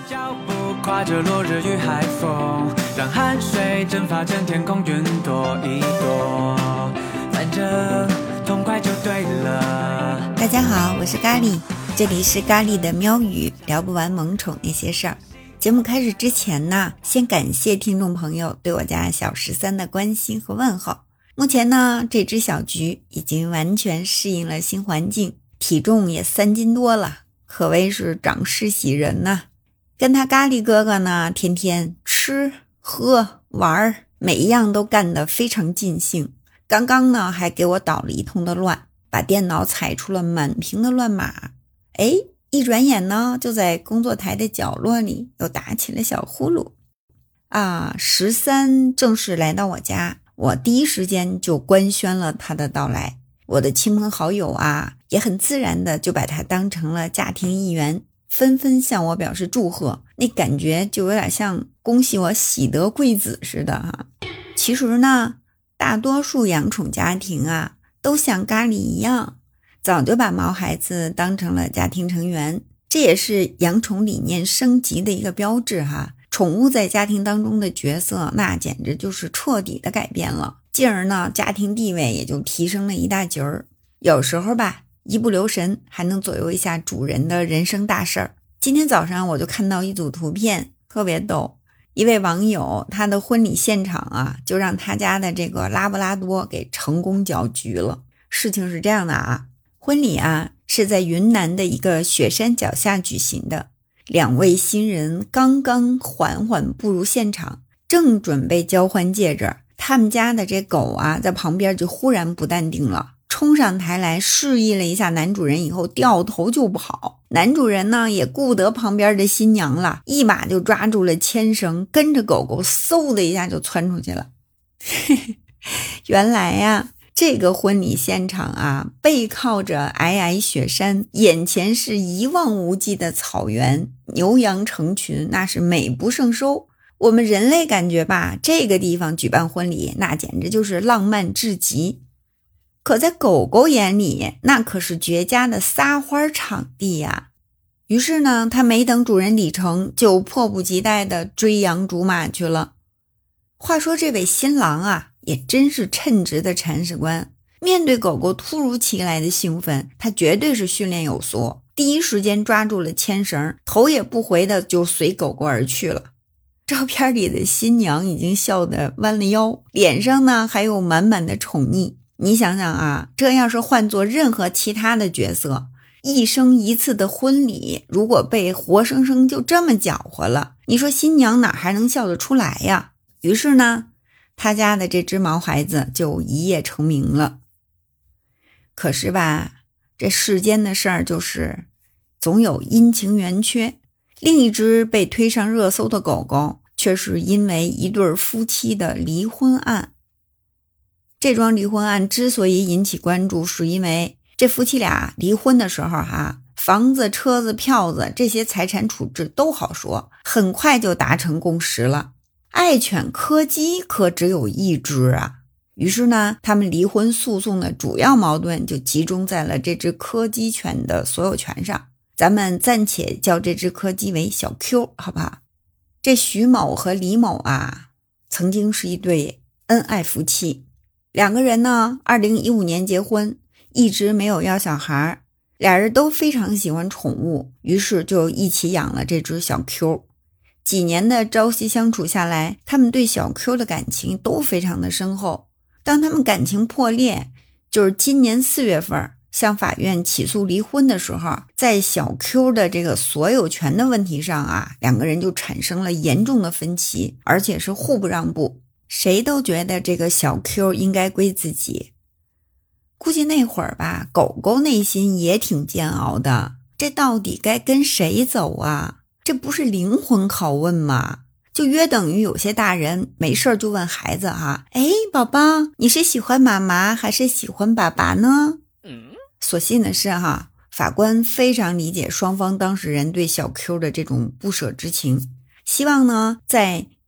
脚步跨着落日与海风，让汗水蒸发成天空云朵一朵，反正痛快就对了。 大家好，我是咖喱，这里是咖喱的喵语，聊不完萌宠那些事儿。节目开始之前呢，先感谢听众朋友对我家小13的关心和问候。目前呢，这只小菊已经完全适应了新环境，体重也3斤多了，可谓是长势喜人呐。跟他咖喱哥哥呢，天天吃喝玩，每一样都干得非常尽兴。刚刚呢，还给我捣了一通的乱，把电脑踩出了满屏的乱码。一转眼呢，就在工作台的角落里又打起了小呼噜。13正式来到我家，我第一时间就官宣了他的到来。我的亲朋好友也很自然的就把他当成了家庭一员，纷纷向我表示祝贺，那感觉就有点像恭喜我喜得贵子似的其实呢，大多数养宠家庭都像咖喱一样，早就把毛孩子当成了家庭成员，这也是养宠理念升级的一个标志宠物在家庭当中的角色，那简直就是彻底的改变了，进而呢，家庭地位也就提升了一大截儿。有时候一不留神还能左右一下主人的人生大事儿。今天早上我就看到一组图片，特别逗。一位网友他的婚礼现场就让他家的这个拉布拉多给成功搅局了。事情是这样的婚礼是在云南的一个雪山脚下举行的。2位新人刚刚缓缓步入现场，正准备交换戒指，他们家的这狗在旁边就忽然不淡定了，冲上台来示意了一下男主人以后掉头就跑。男主人呢也顾不得旁边的新娘了，一把就抓住了牵绳，跟着狗狗嗖的一下就窜出去了原来这个婚礼现场背靠着皑皑雪山，眼前是一望无际的草原，牛羊成群，那是美不胜收。我们人类感觉这个地方举办婚礼那简直就是浪漫至极，可在狗狗眼里那可是绝佳的撒欢场地于是呢，他没等主人礼成，就迫不及待地追羊逐马去了。话说这位新郎也真是称职的铲屎官，面对狗狗突如其来的兴奋，他绝对是训练有素，第一时间抓住了牵绳，头也不回的就随狗狗而去了。照片里的新娘已经笑得弯了腰，脸上呢还有满满的宠溺。你想想这要是换做任何其他的角色，一生一次的婚礼如果被活生生就这么搅和了，你说新娘哪还能笑得出来呀？于是呢，他家的这只毛孩子就一夜成名了。可是这世间的事儿就是总有阴晴圆缺，另一只被推上热搜的狗狗却是因为一对夫妻的离婚案。这桩离婚案之所以引起关注，是因为这夫妻俩离婚的时候房子车子票子这些财产处置都好说，很快就达成共识了。爱犬柯基可只有一只于是呢，他们离婚诉讼的主要矛盾就集中在了这只柯基犬的所有权上。咱们暂且叫这只柯基为小 Q 好不好？这徐某和李某曾经是一对恩爱夫妻，2个人呢2015年结婚，一直没有要小孩，俩人都非常喜欢宠物，于是就一起养了这只小 Q。几年的朝夕相处下来，他们对小 Q 的感情都非常的深厚。当他们感情破裂，就是今年4月份向法院起诉离婚的时候，在小 Q 的这个所有权的问题上2个人就产生了严重的分歧，而且是互不让步，谁都觉得这个小 Q 应该归自己。估计那会儿狗狗内心也挺煎熬的，这到底该跟谁走这不是灵魂拷问吗？就约等于有些大人没事就问孩子宝宝，你是喜欢妈妈还是喜欢爸爸呢？所幸的是法官非常理解双方当事人对小 Q 的这种不舍之情，希望呢在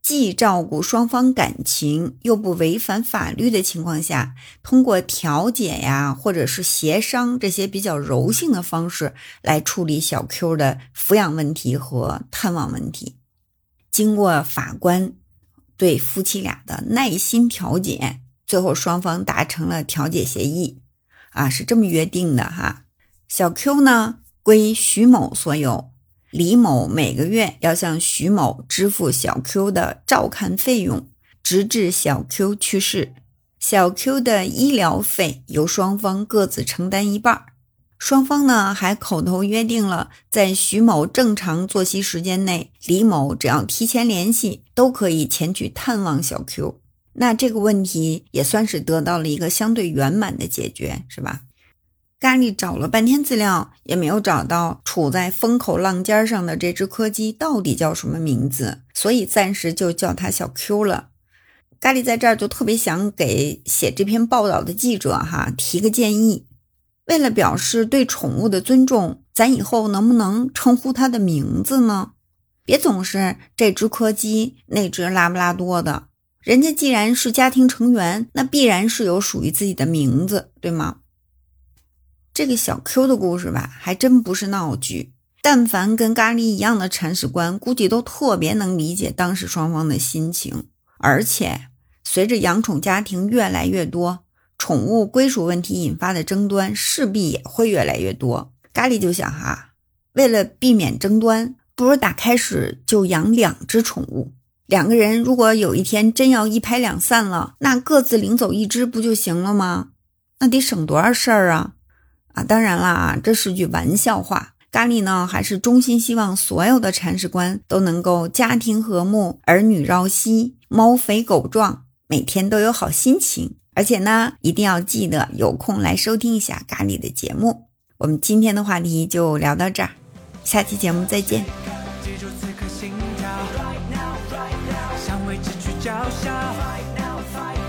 既照顾双方感情又不违反法律的情况下，通过调解呀或者是协商这些比较柔性的方式来处理小 Q 的抚养问题和探望问题。经过法官对夫妻俩的耐心调解，最后双方达成了调解协议是这么约定的哈。小 Q 呢归徐某所有，李某每个月要向徐某支付小 Q 的照看费用，直至小 Q 去世。小 Q 的医疗费由双方各自承担一半。双方呢还口头约定了，在徐某正常作息时间内，李某只要提前联系，都可以前去探望小 Q。那这个问题也算是得到了一个相对圆满的解决，是吧？咖喱找了半天资料，也没有找到处在风口浪尖上的这只柯基到底叫什么名字，所以暂时就叫它小 Q 了。咖喱在这儿就特别想给写这篇报道的记者提个建议，为了表示对宠物的尊重，咱以后能不能称呼它的名字呢？别总是这只柯基那只拉布拉多的，人家既然是家庭成员，那必然是有属于自己的名字，对吗？这个小 Q 的故事吧，还真不是闹剧。但凡跟咖喱一样的铲屎官，估计都特别能理解当时双方的心情。而且随着养宠家庭越来越多，宠物归属问题引发的争端势必也会越来越多。咖喱就想为了避免争端，不如打开始就养2只宠物。2个人如果有一天真要一拍两散了，那各自领走1只不就行了吗？那得省多少事儿啊！当然啦，这是句玩笑话。咖喱呢，还是衷心希望所有的铲屎官都能够家庭和睦，儿女绕膝，猫肥狗壮，每天都有好心情。而且呢，一定要记得有空来收听一下咖喱的节目。我们今天的话题就聊到这儿，下期节目再见。 记住此刻心跳，向未知去叫嚣。